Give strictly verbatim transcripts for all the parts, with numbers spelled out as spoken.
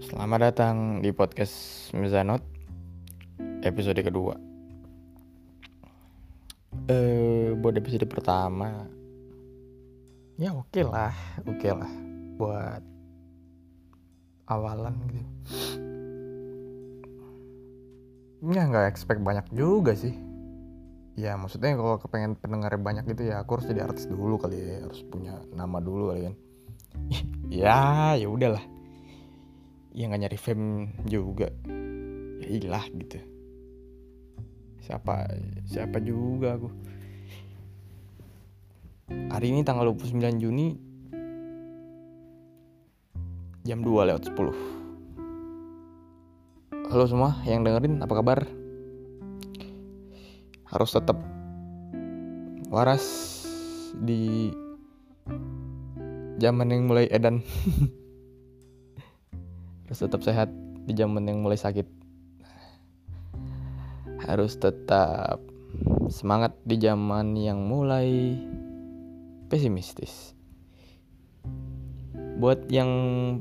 Selamat datang di podcast Mezanot episode kedua. Eh, buat episode pertama, ya oke lah, oke lah buat awalan gitu. Ya nggak expect banyak juga sih. Ya maksudnya kalau kepengen pendengarnya banyak gitu ya aku harus jadi artis dulu kali ya, harus punya nama dulu kali kan. ya, ya udahlah. Ya nggak nyari fame juga. Ya ilah gitu. Siapa siapa juga aku. Hari ini tanggal dua puluh sembilan Juni jam dua lewat sepuluh. Halo semua yang dengerin, apa kabar? Harus tetap waras di zaman yang mulai edan. Harus tetap sehat di zaman yang mulai sakit. Harus tetap semangat di zaman yang mulai pesimistis. Buat yang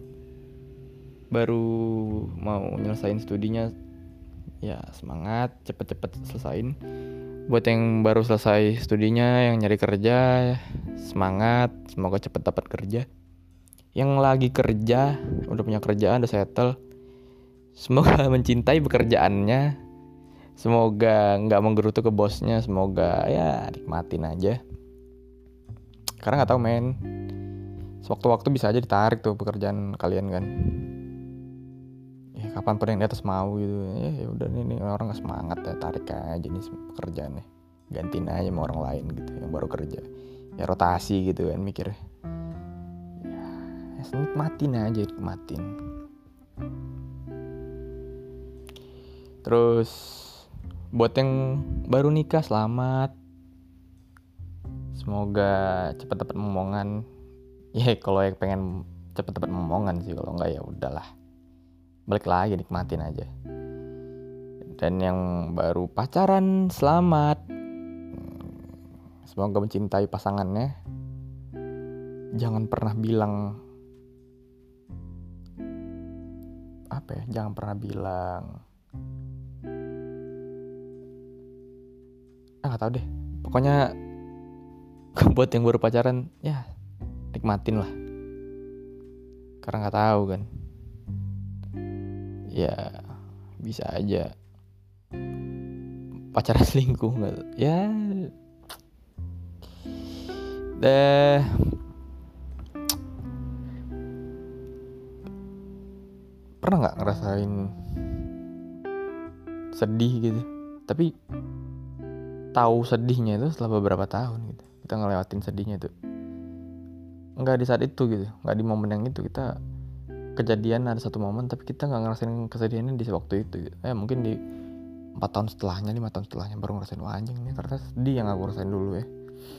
baru mau nyelesain studinya, ya semangat, cepet-cepet selesain. Buat yang baru selesai studinya, yang nyari kerja, semangat, semoga cepet dapat kerja. Yang lagi kerja, udah punya kerjaan, udah settle, semoga mencintai pekerjaannya. Semoga gak menggerutu ke bosnya. Semoga ya nikmatin aja. Karena gak tahu men, sewaktu-waktu bisa aja ditarik tuh pekerjaan kalian kan. Ya kapan pun yang di atas mau gitu. Ya udah nih, nih orang gak semangat ya, tarik aja nih pekerjaannya, gantiin aja sama orang lain gitu yang baru kerja. Ya rotasi gitu kan mikirnya. Ya, ya nikmatin aja, nikmatin. Terus buat yang baru nikah, selamat. Semoga cepet dapat momongan. Ya kalau yang pengen cepet dapat momongan sih, kalau enggak ya udahlah. Balik lagi, nikmatin aja. Dan yang baru pacaran, selamat. Semoga mencintai pasangannya. Jangan pernah bilang apa ya? Jangan pernah bilang ah nggak tahu deh. Pokoknya buat yang baru pacaran, ya nikmatin lah. Karena nggak tahu kan. Ya bisa aja pacaran selingkuh nggak? Ya. Deh. Pernah nggak ngerasain sedih gitu? Tapi tahu sedihnya itu setelah beberapa tahun gitu. Kita ngelewatin sedihnya itu. Nggak di saat itu gitu, nggak di momen yang itu. Kita kejadian ada satu momen, tapi kita nggak ngerasain kesedihannya di waktu itu gitu. Eh mungkin di empat tahun setelahnya, lima tahun setelahnya baru ngerasain, wah anjing nih ternyata sedih yang aku rasain dulu ya.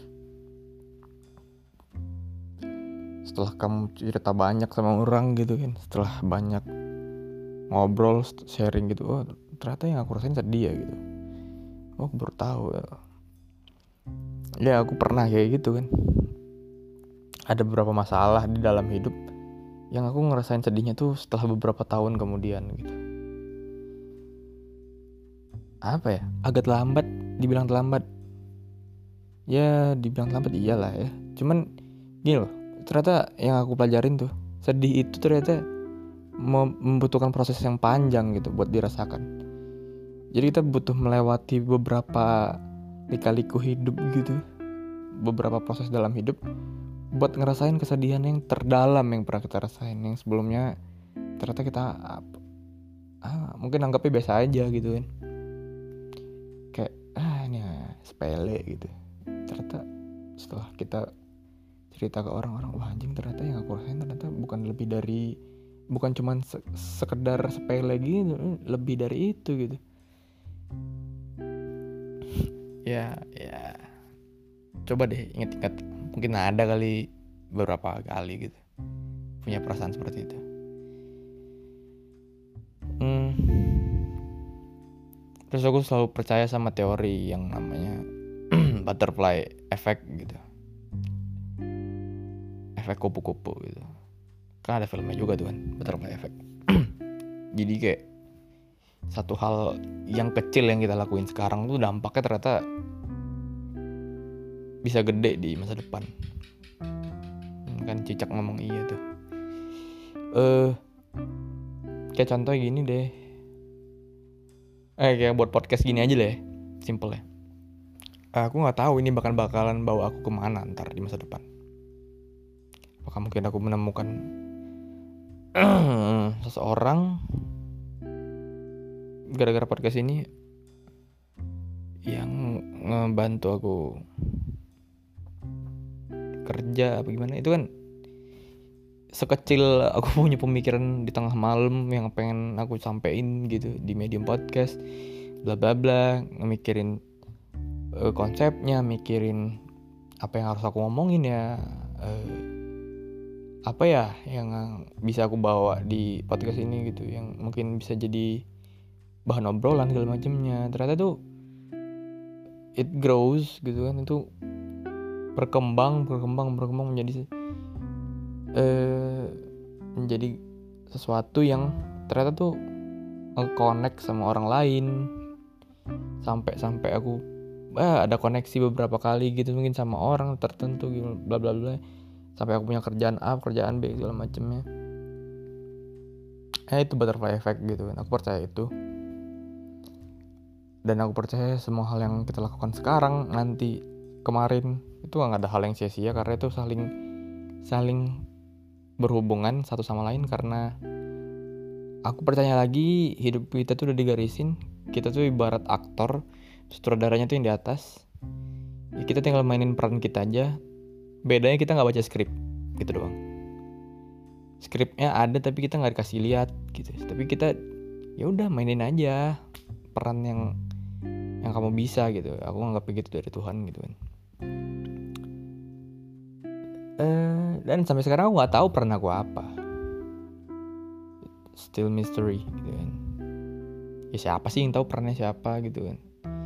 Setelah kamu cerita banyak sama orang gitu kan, setelah banyak ngobrol, sharing gitu, oh ternyata yang aku rasain sedih ya gitu. Oh aku baru tahu ya. Ya aku pernah kayak gitu kan. Ada beberapa masalah di dalam hidup yang aku ngerasain sedihnya tuh setelah beberapa tahun kemudian gitu. Apa ya? Agak terlambat, dibilang terlambat. Ya dibilang terlambat iyalah ya. Cuman gini loh, ternyata yang aku pelajarin tuh, sedih itu ternyata membutuhkan proses yang panjang gitu buat dirasakan. Jadi kita butuh melewati beberapa lika-liku hidup gitu, beberapa proses dalam hidup buat ngerasain kesedihan yang terdalam yang pernah kita rasain, yang sebelumnya ternyata kita ah, mungkin anggapnya biasa aja gitu kan, kayak ah ini sepele gitu. Ternyata setelah kita cerita ke orang-orang, wah anjing ternyata yang aku rasain ternyata bukan lebih dari, bukan cuman se- sekedar sepele gitu, lebih dari itu gitu. Ya, ya. Coba deh ingat-ingat, mungkin ada kali beberapa kali gitu punya perasaan seperti itu. Hmm. Terus aku selalu percaya sama teori yang namanya butterfly effect gitu, efek kupu-kupu gitu. Kan ada filmnya juga tuh kan, butterfly effect. Jadi kayak satu hal yang kecil yang kita lakuin sekarang tuh dampaknya ternyata bisa gede di masa depan. Kan Cicak ngomong iya tuh. Eh, kayak contoh gini deh. Eh kayak buat podcast gini aja deh, simple ya. Aku nggak tahu ini bakal bakalan bawa aku kemana ntar di masa depan. Apakah mungkin aku menemukan seseorang gara-gara podcast ini yang ngebantu aku kerja apa gimana. Itu kan sekecil aku punya pemikiran di tengah malam yang pengen aku sampein gitu di medium podcast, bla bla bla, ngemikirin uh, konsepnya, mikirin apa yang harus aku ngomongin ya, uh, apa ya yang bisa aku bawa di podcast ini gitu, yang mungkin bisa jadi bahan obrolan segala macamnya. Ternyata tuh it grows gitu kan, itu berkembang berkembang berkembang menjadi Uh, menjadi sesuatu yang ternyata tuh nge-connect sama orang lain, sampai-sampai aku eh, ada koneksi beberapa kali gitu mungkin sama orang tertentu gitu, bla bla bla, sampai aku punya kerjaan A, kerjaan B segala macemnya. Eh itu butterfly effect gitu kan, aku percaya itu. Dan aku percaya semua hal yang kita lakukan sekarang, nanti, kemarin, itu gak ada hal yang sia-sia, karena itu saling saling berhubungan satu sama lain. Karena aku percaya lagi hidup kita tuh udah digarisin. Kita tuh ibarat aktor, sutradaranya tuh yang di atas, ya, kita tinggal mainin peran kita aja. Bedanya kita nggak baca skrip gitu doang. Skripnya ada tapi kita nggak dikasih lihat gitu. Tapi kita ya udah mainin aja peran yang yang kamu bisa gitu. Aku nganggap begitu dari Tuhan gitu kan. Uh, dan sampai sekarang aku nggak tahu peran aku apa, still mystery gitu kan. Ya siapa sih yang tahu perannya siapa gitu kan.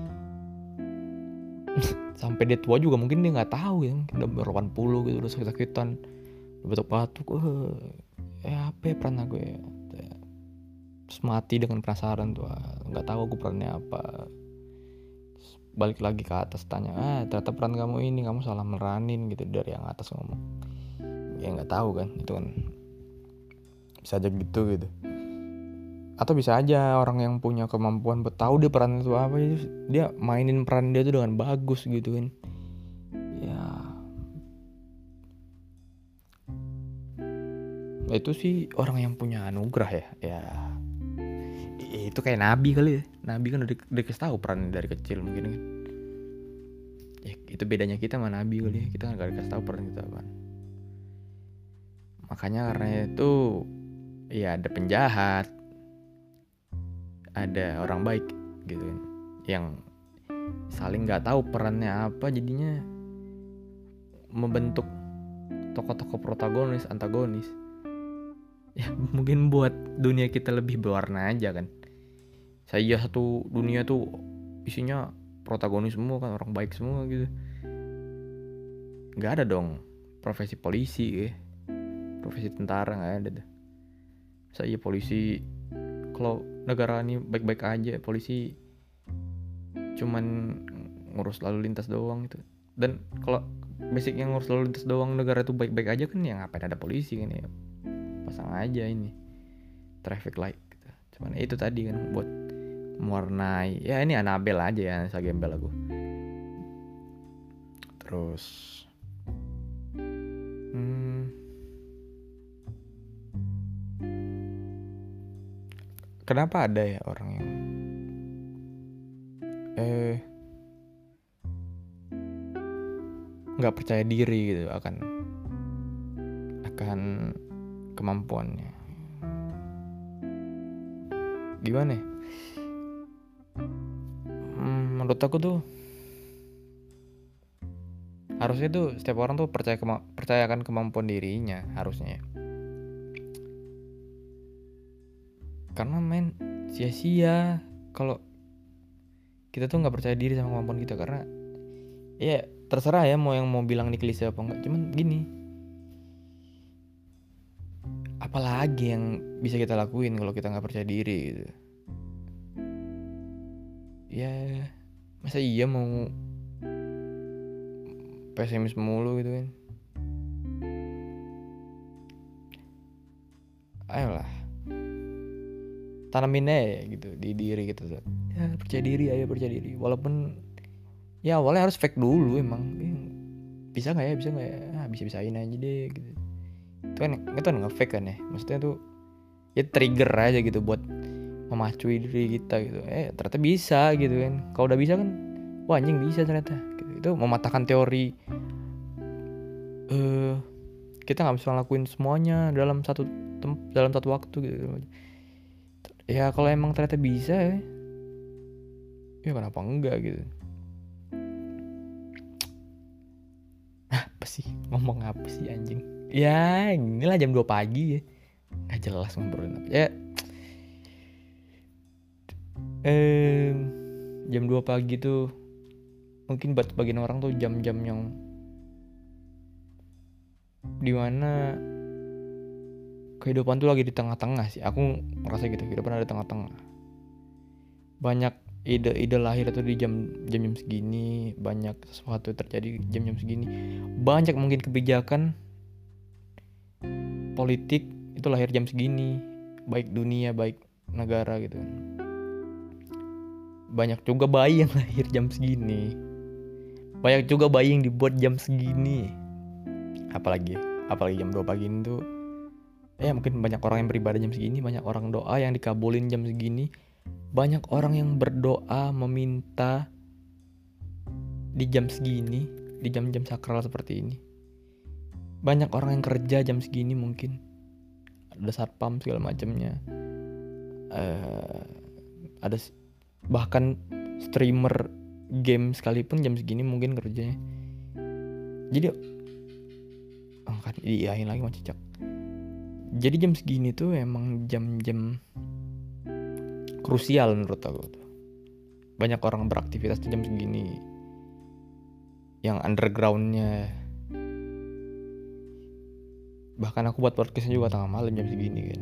Sampai dia tua juga mungkin dia nggak tahu ya, udah delapan puluh gitu, udah sakit-sakitan, udah batuk-batuk, uh, eh apa ya peran aku ya, terus mati dengan penasaran tuh, nggak tahu aku perannya apa. Balik lagi ke atas tanya, ah ternyata peran kamu ini, kamu salah meranin gitu, dari yang atas ngomong. Ya nggak tahu kan, itu kan bisa aja gitu gitu. Atau bisa aja orang yang punya kemampuan buat tahu dia peran itu apa, dia mainin peran dia tuh dengan bagus gitu kan. Ya itu sih orang yang punya anugerah ya. Ya itu kayak nabi kali ya. Nabi kan udah dikasih tahu peran dari kecil mungkin kan. Ya itu bedanya kita sama nabi kali ya. Kita kan gak dikasih tahu peran kita apa. Makanya karena itu ya ada penjahat, ada orang baik gitu kan, yang saling nggak tahu perannya apa, jadinya membentuk tokoh-tokoh protagonis, antagonis. Ya mungkin buat dunia kita lebih berwarna aja kan. Saya satu dunia tuh isinya protagonis semua kan, orang baik semua gitu. Nggak ada dong profesi polisi ya, profesi tentara nggak ada tuh. Saya polisi, kalau negara ini baik-baik aja, polisi cuman ngurus lalu lintas doang gitu. Dan kalau basic yang ngurus lalu lintas doang, negara itu baik-baik aja kan, ya ngapain ada polisi kan ya, pasang aja ini traffic light gitu. Cuman itu tadi kan buat mewarnai, ya ini Anabel aja ya, saya gembel aku. Terus hmm, kenapa ada ya orang yang eh nggak percaya diri gitu akan akan kemampuannya. Gimana ya? Hmm, menurut aku tuh harusnya tuh setiap orang tuh percaya kema- percayakan kemampuan dirinya harusnya ya. Karena men sia-sia kalau kita tuh nggak percaya diri sama kemampuan kita. Karena ya terserah ya mau yang mau bilang ini klise apa enggak, cuman gini, apalagi yang bisa kita lakuin kalau kita nggak percaya diri gitu. Ya masa iya mau pesimis mulu gitu kan. Ayolah, tanamin aja gitu di diri kita tuh. Ya percaya diri, ayo percaya diri. Walaupun ya awalnya harus fake dulu emang. Bisa nggak ya, bisa nggak ya, ah, bisa-bisain aja deh gitu. Itu kan itu kan nge-fake kan ya. Maksudnya tuh ya trigger aja gitu buat memacu diri kita gitu. Eh ternyata bisa gitu kan. Kalau udah bisa kan, wah anjing bisa ternyata gitu. Itu mematahkan teori eh uh, kita nggak bisa ngelakuin semuanya dalam satu tem- dalam satu waktu gitu. Ya kalau emang ternyata bisa ya, ya kenapa enggak gitu. Apa sih, ngomong apa sih anjing. Ya inilah jam dua pagi ya, nggak jelas ngobrolin apa ya. eh jam dua pagi tuh mungkin buat sebagian orang tuh jam-jam yang dimana kehidupan tuh lagi di tengah-tengah sih. Aku ngerasa gitu, kehidupan ada di tengah-tengah. Banyak ide-ide lahir tuh di jam jam-jam segini, banyak sesuatu terjadi di jam-jam segini. Banyak mungkin kebijakan politik itu lahir jam segini, baik dunia, baik negara gitu. Banyak juga bayi yang lahir jam segini. Banyak juga bayi yang dibuat jam segini. Apalagi apalagi jam dua pagi itu. Ya mungkin banyak orang yang beribadah jam segini, banyak orang doa yang dikabulin jam segini, banyak orang yang berdoa meminta di jam segini, di jam-jam sakral seperti ini. Banyak orang yang kerja jam segini mungkin, ada satpam segala macamnya, uh, ada bahkan streamer game sekalipun jam segini mungkin kerjanya. Jadi angkat diiyahin lagi sama cicak. Jadi jam segini tuh emang jam-jam krusial menurut aku tuh. Banyak orang beraktivitas di jam segini. Yang undergroundnya, bahkan aku buat podcastnya juga tengah malam jam segini kan.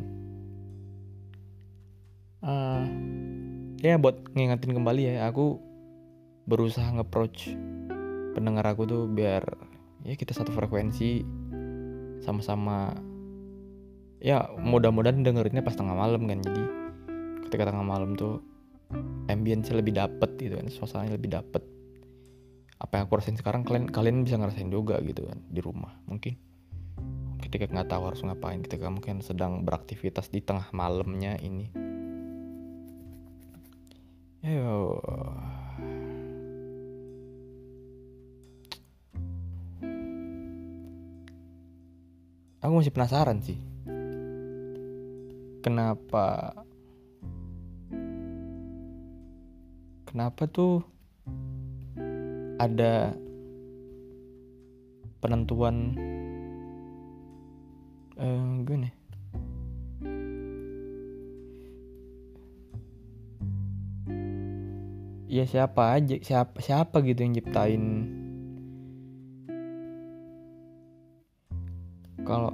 Uh, ya buat ngingetin kembali ya, aku berusaha nge-approach pendengar aku tuh biar ya kita satu frekuensi, sama-sama. Ya mudah-mudahan dengerinnya pas tengah malam kan. Jadi ketika tengah malam tuh ambience lebih dapet gitu kan, suasananya lebih dapet. Apa yang aku rasain sekarang kalian kalian bisa ngerasain juga gitu kan di rumah mungkin. Ketika nggak tahu harus ngapain, ketika mungkin sedang beraktivitas di tengah malamnya ini. Ayo. Aku masih penasaran sih. Kenapa Kenapa tuh ada penentuan eh gini. Ya siapa aja, siapa siapa gitu yang nyiptain kalau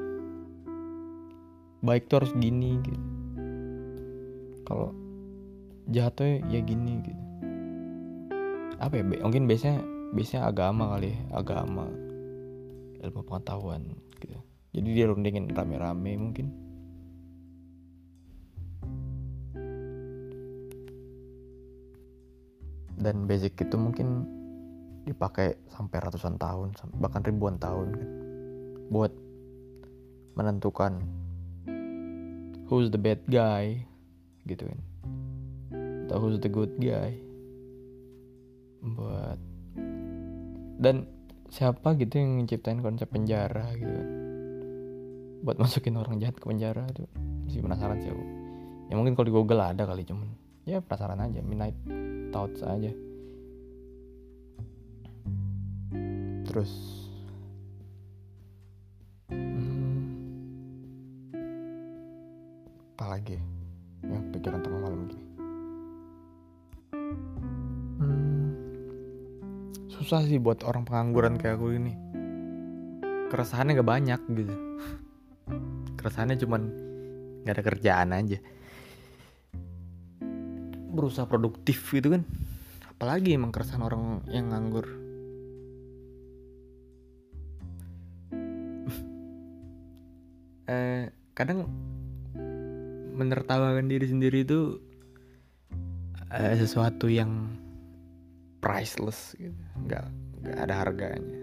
baik tuh harus gini gitu, kalau jahat tuh ya gini gitu. Apa ya, mungkin biasanya biasanya agama kali ya, agama, ilmu pengetahuan gitu. Jadi dia rundingin rame-rame mungkin. Dan basic itu mungkin dipakai sampai ratusan tahun, bahkan ribuan tahun kan, buat menentukan who's the bad guy gitu kan, atau who's the good guy, buat dan siapa gitu yang menciptain konsep penjara gitu kan, buat masukin orang jahat ke penjara tuh. Masih penasaran sih aku. Ya mungkin kalau di Google ada kali, cuman ya penasaran aja, midnight thoughts aja. Terus hmm, apa lagi yang pikiran tengah malam gini. hmm, susah sih buat orang pengangguran kayak aku ini. Keresahannya gak banyak gitu, keresahannya cuman nggak ada kerjaan aja, berusaha produktif gitu kan. Apalagi emang keresahan orang yang nganggur. eh, kadang menertawakan diri sendiri itu eh, sesuatu yang priceless gitu, nggak nggak ada harganya.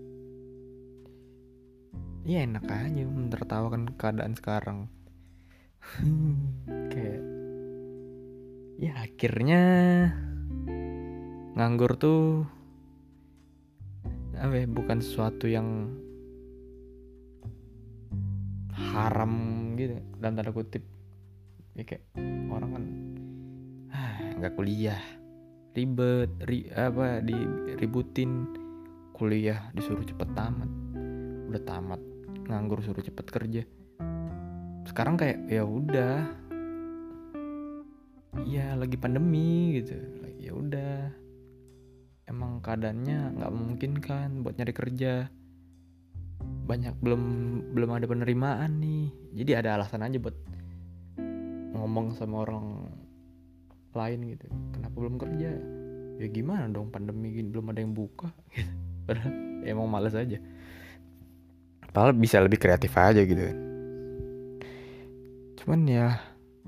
Ya enak aja menertawakan keadaan sekarang. Kayak ya akhirnya nganggur tuh apa ya, bukan sesuatu yang haram gitu dalam tanda kutip. Ya kayak orang kan ah, nggak kuliah ribet, ri, apa diributin kuliah disuruh cepet tamat, udah tamat nganggur suruh cepet kerja. Sekarang kayak ya udah, ya lagi pandemi gitu, ya udah emang keadaannya nggak memungkinkan buat nyari kerja, banyak belum belum ada penerimaan nih, jadi ada alasan aja buat ngomong sama orang lain gitu, kenapa belum kerja? Ya gimana dong, pandemi gini belum ada yang buka gitu. Padahal ya emang males aja, padahal bisa lebih kreatif aja gitu kan. Cuman ya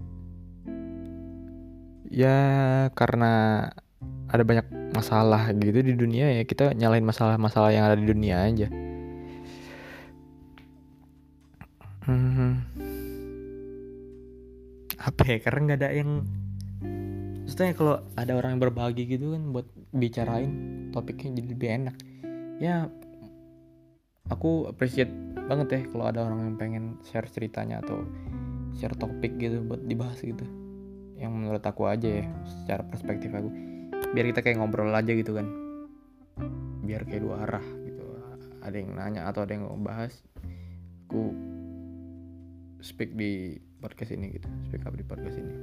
ya karena ada banyak masalah gitu di dunia, ya kita nyalain masalah-masalah yang ada di dunia aja. hmm. Apa ya, karena nggak ada yang, maksudnya kalau ada orang yang berbagi gitu kan buat bicarain topiknya jadi lebih enak. Ya aku appreciate banget ya kalau ada orang yang pengen share ceritanya atau share topik gitu buat dibahas gitu, yang menurut aku aja ya, secara perspektif aku, biar kita kayak ngobrol aja gitu kan, biar kayak dua arah gitu, ada yang nanya atau ada yang ngebahas, aku speak di podcast ini gitu, speak up di podcast ini.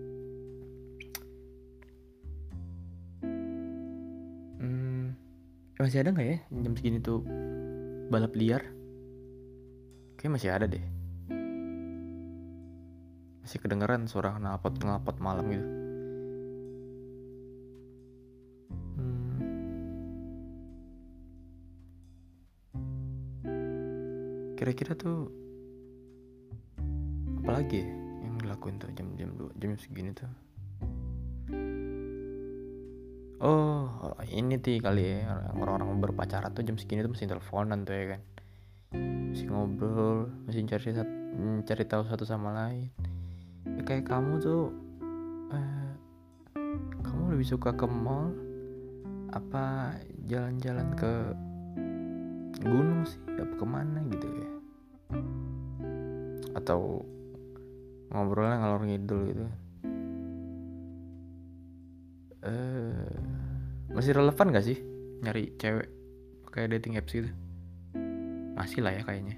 hmm, masih ada nggak ya jam segini tuh balap liar? Kayak masih ada deh, masih kedengeran suara knalpot knalpot malam gitu. hmm. Kira-kira tuh apalagi ya yang dilakuin tuh jam-jam dua jam segini tuh? Oh ini tuh kali ya, orang-orang berpacaran tuh jam segini tuh masih teleponan tuh ya kan, masih ngobrol, masih cari cari tahu satu sama lain. Ya kayak kamu tuh eh, kamu lebih suka ke mall apa jalan-jalan ke gunung sih, apa kemana gitu ya, atau ngobrolnya ngalor ngidul gitu. eh, Masih relevan gak sih nyari cewek pakai dating apps gitu? Masih lah ya kayaknya.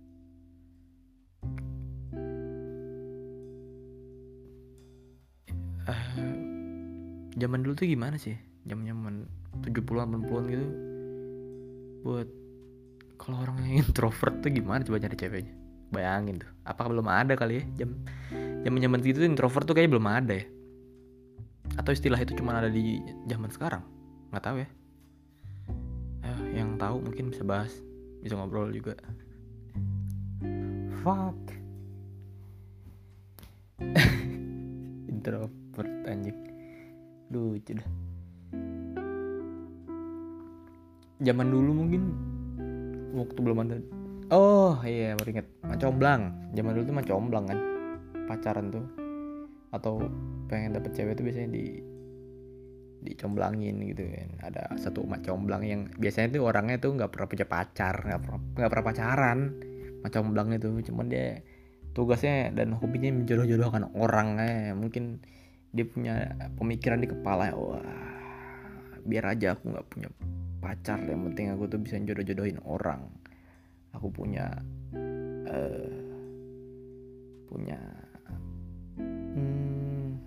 Uh, zaman dulu tuh gimana sih? Zaman-zaman tujuh puluhan delapan puluhan gitu. Buat kalau orang yang introvert tuh gimana coba nyari ceweknya? Bayangin tuh. Apakah belum ada kali ya? Jam zaman-zaman gitu tuh introvert tuh kayaknya belum ada ya. Atau istilah itu cuma ada di zaman sekarang? Enggak tahu ya. Eh, yang tahu mungkin bisa bahas, bisa ngobrol juga. Fuck. Introvert anjing. Lucu dah. Zaman dulu mungkin waktu belum ada. Oh iya baru inget, macomblang. Zaman dulu tuh macomblang kan, pacaran tuh atau pengen dapet cewek tuh biasanya di dicomblangin gitu kan. Ada satu macomblang yang biasanya tuh orangnya tuh nggak pernah punya pacar, nggak pernah nggak pernah pacaran. Macomblang itu cuman dia tugasnya dan hobinya menjodoh-jodohkan orang. Eh mungkin dia punya pemikiran di kepala, wah biar aja aku nggak punya pacar, yang penting aku tuh bisa jodoh-jodohin orang. Aku punya uh, punya hmm,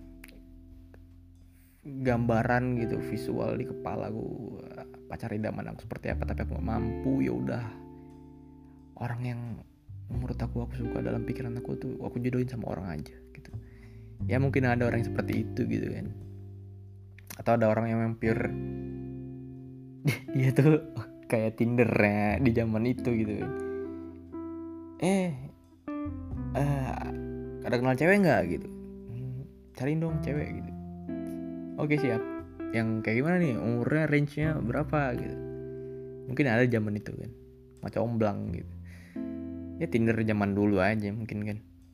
gambaran gitu, visual di kepala aku, pacar idaman aku seperti apa, tapi aku nggak mampu. Ya udah, orang yang menurut aku aku suka, dalam pikiran aku tuh aku jodohin sama orang aja gitu. Ya mungkin ada orang yang seperti itu gitu kan, atau ada orang yang memang pure dia tuh kayak Tinder ya di zaman itu gitu kan. Eh, uh, ada kenal cewek nggak gitu? Hmm, cariin dong cewek gitu. Oke siap. Yang kayak gimana nih? Umurnya range-nya berapa gitu? Mungkin ada zaman itu kan, macam omblang gitu. Ya Tinder zaman dulu aja mungkin kan.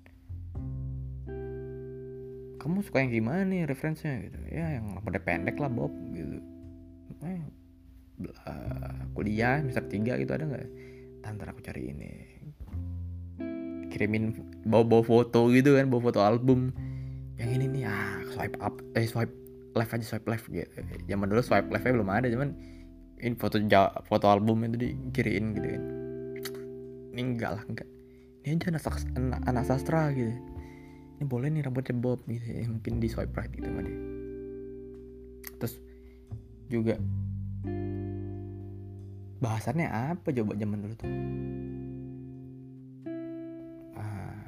Kamu suka yang gimana nih referensinya gitu? Ya yang rambutnya pendek lah Bob gitu. Eh, uh, kuliah semester tiga gitu ada nggak? Ntar aku cari ini. Kirimin bawa-bawa foto gitu kan, bawa foto album. Yang ini nih ah swipe up, eh swipe left aja, swipe left gitu. Zaman dulu swipe left-nya belum ada, cuman ini foto foto album itu dikiriin gitu kan. Ini enggak lah enggak. Ini aja anak, anak, anak sastra gitu. Ini boleh nih rambutnya bob gitu ya. Mungkin di swipe right gitu sama dia. Terus juga bahasannya apa coba zaman dulu tuh? Ah.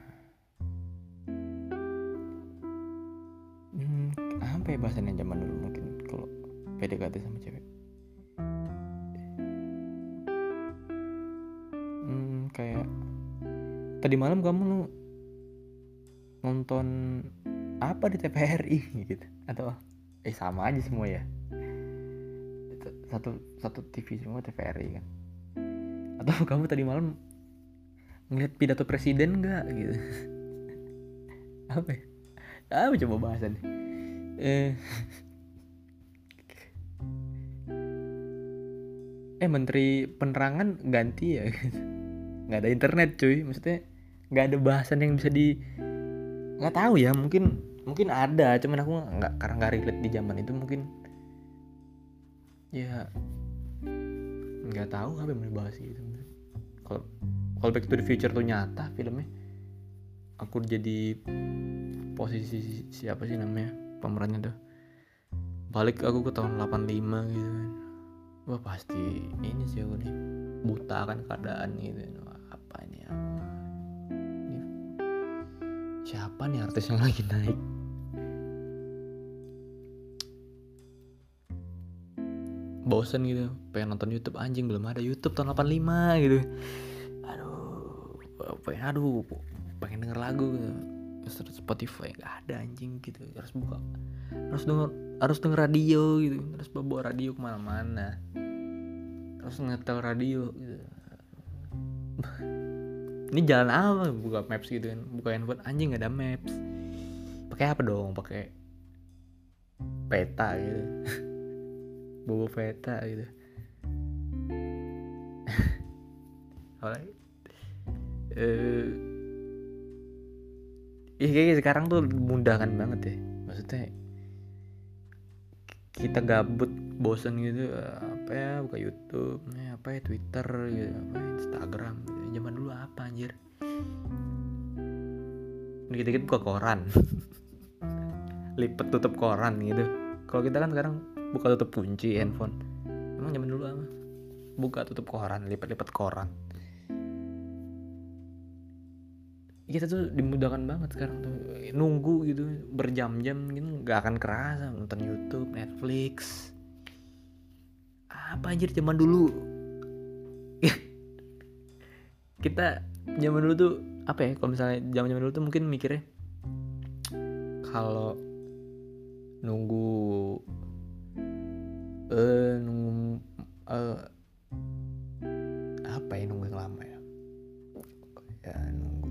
Hmm, apa ya bahasannya zaman dulu mungkin kalau P D K T sama cewek? Hmm, kayak tadi malam kamu nonton apa di T V R I gitu, atau eh sama aja semua ya, satu satu T V semua T V R I kan. Atau kamu tadi malam ngeliat pidato presiden nggak gitu? Apa ya? Apa coba bahasan eh eh menteri penerangan ganti ya gitu. Nggak ada internet cuy, maksudnya nggak ada bahasan yang bisa di, nggak tahu ya, mungkin mungkin ada, cuman aku nggak, karena nggak relate di zaman itu mungkin ya nggak tahu apa yang mau dibahas gitu. Kalau kalau Back to the Future tuh nyata filmnya, aku jadi posisi siapa sih namanya pemerannya tuh, balik aku ke tahun delapan puluh lima gitu kan. Wah pasti ini sih aku nih buta kan keadaan gitu. Wah, apa ini apa ini siapa nih artis yang lagi naik? Bosen gitu, pengen nonton YouTube, anjing belum ada YouTube tahun delapan puluh lima gitu. Aduh, pengen aduh pengen denger lagu gitu. Terus Spotify nggak ada anjing gitu, harus buka, harus denger harus denger radio gitu, harus bawa radio kemana-mana, harus ngetel radio gitu. Ini jalan apa? Buka maps gitu kan, buka handphone, anjing nggak ada maps. Pakai apa dong? Pakai peta gitu. Bawa peta gitu. Alright. Eh, Ih kayak sekarang tuh memudahkan banget ya. Maksudnya kita gabut, bosen gitu, apa ya buka YouTube, apa ya Twitter gitu, apa ya, Instagram gitu. Zaman dulu apa anjir? Dikit-dikit buka koran. Lipet tutup koran gitu. Kalau kita kan sekarang buka tutup kunci handphone. Emang zaman dulu apa? Buka tutup koran, lipat-lipat koran. Kita tuh dimudahkan banget sekarang tuh, nunggu gitu berjam-jam gitu nggak akan kerasa nonton YouTube, Netflix. Apa anjir zaman dulu? Kita zaman dulu tuh apa ya? Kalau misalnya zaman-zaman dulu tuh mungkin mikirnya kalau nunggu eh nunggu eh apa ya nunggu yang lama ya? Ya nunggu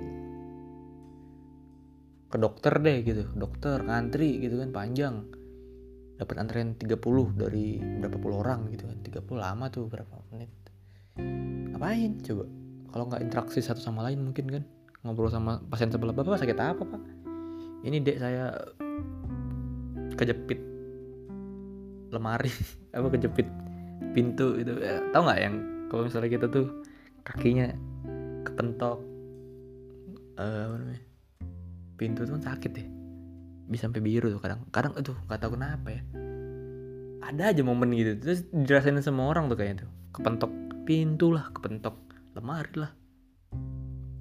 ke dokter deh gitu, dokter ngantri gitu kan panjang, dapat antrian tiga puluh dari berapa puluh orang gitu kan, tiga puluh lama tuh berapa menit. Ngapain coba kalau nggak interaksi satu sama lain, mungkin kan ngobrol sama pasien sebelah, bapak sakit apa pak? Ini dek saya kejepit lemari apa kejepit pintu itu ya, tahu nggak yang kalau misalnya kita tuh kakinya kepentok uh, apa namanya pintu tuh kan sakit ya, bisa sampai biru tuh kadang kadang aduh nggak tahu kenapa ya, ada aja momen gitu terus dirasain semua orang tuh kayaknya tuh, kepentok pintu lah, kepentok lemari lah,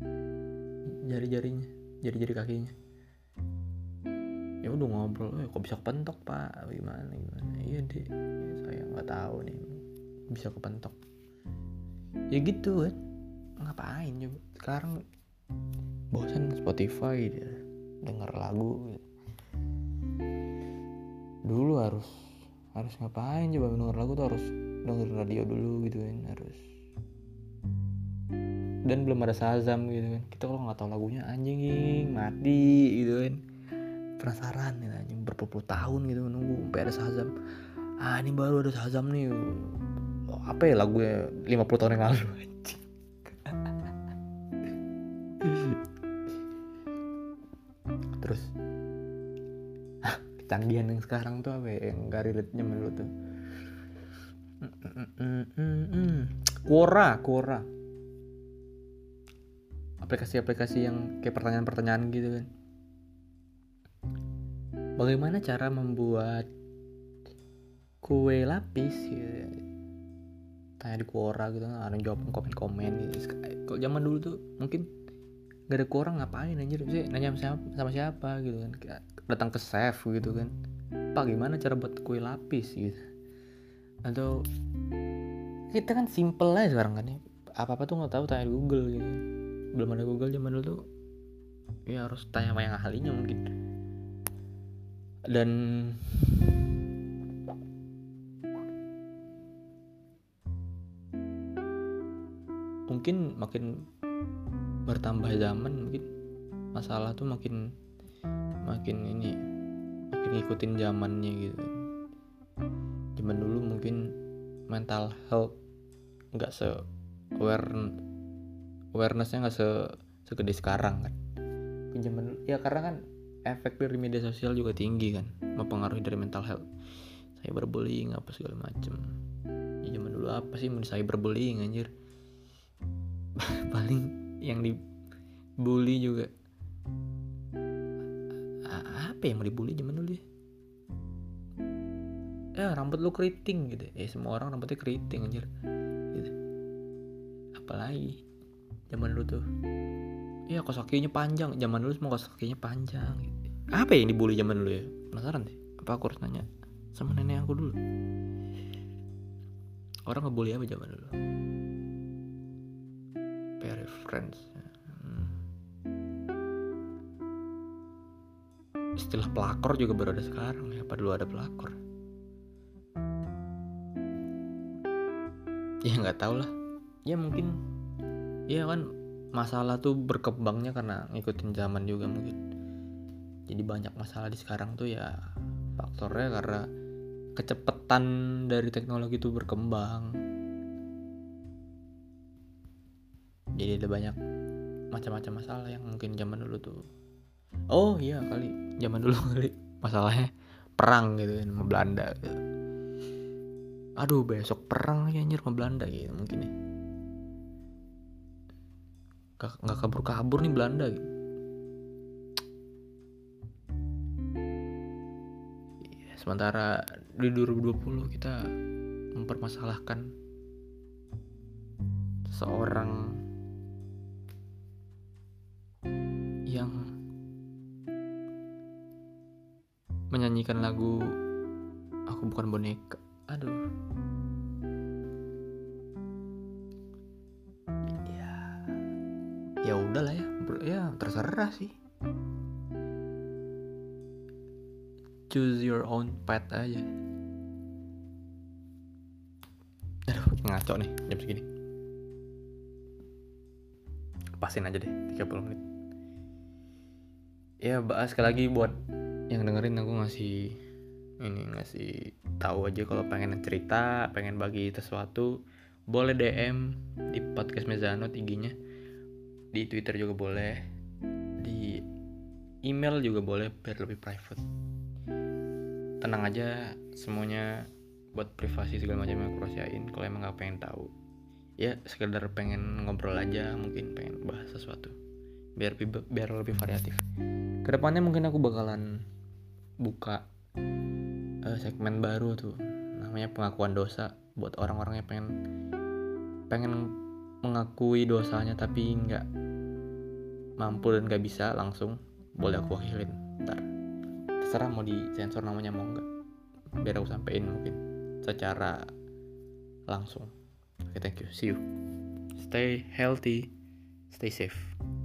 jari-jarinya, jari-jari kakinya. Ya udah ngobrol, eh, kok bisa kepentok pak, gimana gimana. Iya deh, saya nggak tahu nih bisa kepentok. Ya gitu kan, ngapain coba sekarang, bosan Spotify dia denger lagu gitu. Dulu harus harus ngapain coba denger lagu tuh, harus dengerin radio dulu gitu kan, harus. Dan belum ada Shazam gitu kan, kita kalau nggak tahu lagunya anjing mati gitu kan, penasaran gitu anjing, berpuluh-puluh tahun gitu nunggu sampai ada Shazam. Ah ini baru ada Shazam nih, oh, apa ya lagunya lima puluh tahun yang lalu anjing. Terus kecanggihan yang sekarang tuh apa ya, yang gak relate zaman dulu tuh. Quora, Quora. Aplikasi-aplikasi yang kayak pertanyaan-pertanyaan gitu kan. Bagaimana cara membuat kue lapis gitu. Tanya di Quora gitu, ada yang jawab komen-komen gitu. Kalau zaman dulu tuh mungkin gak ada Quora, ngapain anjir sih nanya sama siapa, sama siapa gitu kan. Datang ke chef gitu kan, Pak gimana cara buat kue lapis gitu. Atau kita kan simple aja sekarang kan ya, apa-apa tuh gak tahu tanya Google gitu. Belum ada Google zaman dulu tuh, ya harus tanya sama yang ahlinya mungkin. Dan mungkin makin bertambah zaman, mungkin masalah tuh makin makin ini makin ngikutin zamannya gitu. Zaman dulu mungkin mental health nggak se aware awarenessnya nggak se segede sekarang kan. Zaman dulu ya karena kan efek dari media sosial juga tinggi kan, mempengaruhi dari mental health. Cyberbullying apa segala macem. Ya, zaman dulu apa sih mau cyberbullying anjir. Paling yang dibully juga apa yang mau dibully zaman dulu ya, ya rambut lu keriting gitu ya, semua orang rambutnya keriting anjir gitu. Apalagi zaman dulu tuh ya kaos kakinya panjang, zaman dulu semua kaos kakinya panjang gitu. Apa yang dibully zaman dulu ya, penasaran deh. Apa aku harus nanya sama nenek aku dulu, orang ngebully apa zaman dulu. Very friends. hmm. Istilah pelakor juga baru ada sekarang ya, apa dulu ada pelakor ya, nggak tahu lah ya, mungkin ya kan masalah tuh berkembangnya karena ngikutin zaman juga mungkin. Jadi banyak masalah di sekarang tuh ya faktornya karena kecepatan dari teknologi itu berkembang. Jadi ada banyak macam-macam masalah yang mungkin zaman dulu tuh. Oh iya kali, zaman dulu kali masalahnya perang gitu kan sama Belanda gitu. Aduh besok perang ya anjir sama Belanda gitu mungkin ya. Gak, gak kabur-kabur nih Belanda gitu. Ya, sementara di dua ribu dua puluh kita mempermasalahkan seorang yang menyanyikan lagu Aku Bukan Boneka. Aduh. Ya, ya udahlah ya, ya terserah sih. Choose your own path aja. Aduh, ngaco nih jam segini. Pasin aja deh tiga puluh menit. Ya bahas sekali lagi buat yang dengerin, aku ngasih ini ngasih tahu aja kalau pengen cerita, pengen bagi sesuatu, boleh D M di podcast Mezanot I G-nya, di Twitter juga boleh, di email juga boleh biar lebih private. Tenang aja, semuanya buat privasi segala macam yang aku rahasiain. Kalau emang nggak pengen tahu, ya sekedar pengen ngobrol aja, mungkin pengen bahas sesuatu, biar biar lebih variatif. Kedepannya mungkin aku bakalan buka uh, segmen baru tuh, namanya pengakuan dosa, buat orang-orang yang pengen pengen mengakui dosanya tapi nggak mampu dan gak bisa langsung, boleh aku wakilin ntar. Terserah mau disensor namanya mau enggak, biar aku sampein mungkin secara langsung. Oke, okay, thank you, see you, stay healthy, stay safe.